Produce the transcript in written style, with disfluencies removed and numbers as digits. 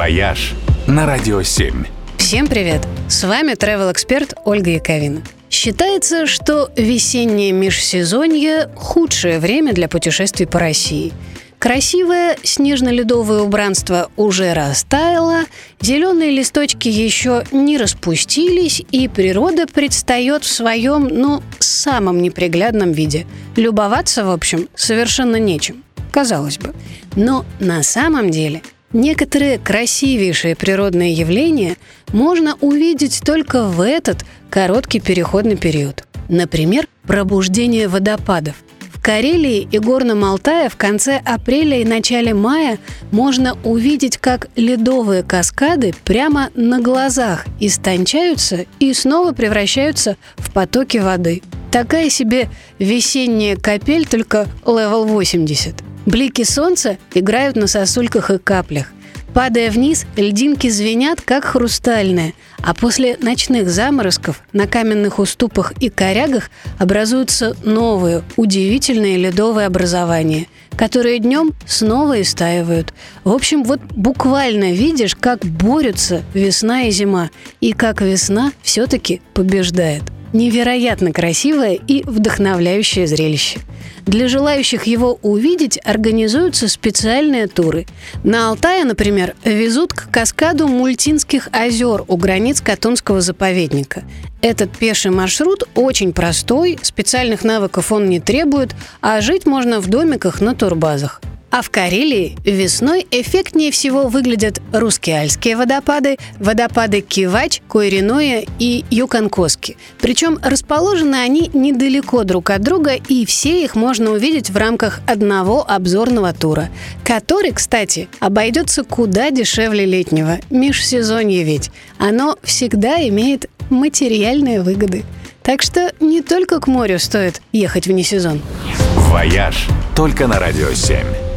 «Вояж» на Радио 7. Всем привет! С вами travel-эксперт Ольга Яковина. Считается, что весеннее межсезонье – худшее время для путешествий по России. Красивое снежно-ледовое убранство уже растаяло, зеленые листочки еще не распустились, и природа предстает в своем, самом неприглядном виде. Любоваться, в общем, совершенно нечем, казалось бы. Но на самом деле некоторые красивейшие природные явления можно увидеть только в этот короткий переходный период. Например, пробуждение водопадов. В Карелии и Горном Алтае в конце апреля и начале мая можно увидеть, как ледовые каскады прямо на глазах истончаются и снова превращаются в потоки воды. Такая себе весенняя капель, только level 80. Блики солнца играют на сосульках и каплях. Падая вниз, льдинки звенят, как хрустальные, а после ночных заморозков на каменных уступах и корягах образуются новые, удивительные ледовые образования, которые днем снова истаивают. В общем, буквально видишь, как борются весна и зима, и как весна все-таки побеждает. Невероятно красивое и вдохновляющее зрелище. Для желающих его увидеть организуются специальные туры. На Алтае, например, везут к каскаду Мультинских озер у границ Катунского заповедника. Этот пеший маршрут очень простой, специальных навыков он не требует, а жить можно в домиках на турбазах. А в Карелии весной эффектнее всего выглядят Русскеальские водопады, водопады Кивач, Койриное и Юканкоски. Причем расположены они недалеко друг от друга, и все их можно увидеть в рамках одного обзорного тура, который, кстати, обойдется куда дешевле летнего. Межсезонье ведь. Оно всегда имеет материальные выгоды. Так что не только к морю стоит ехать вне сезон. «Вояж» только на Радио 7.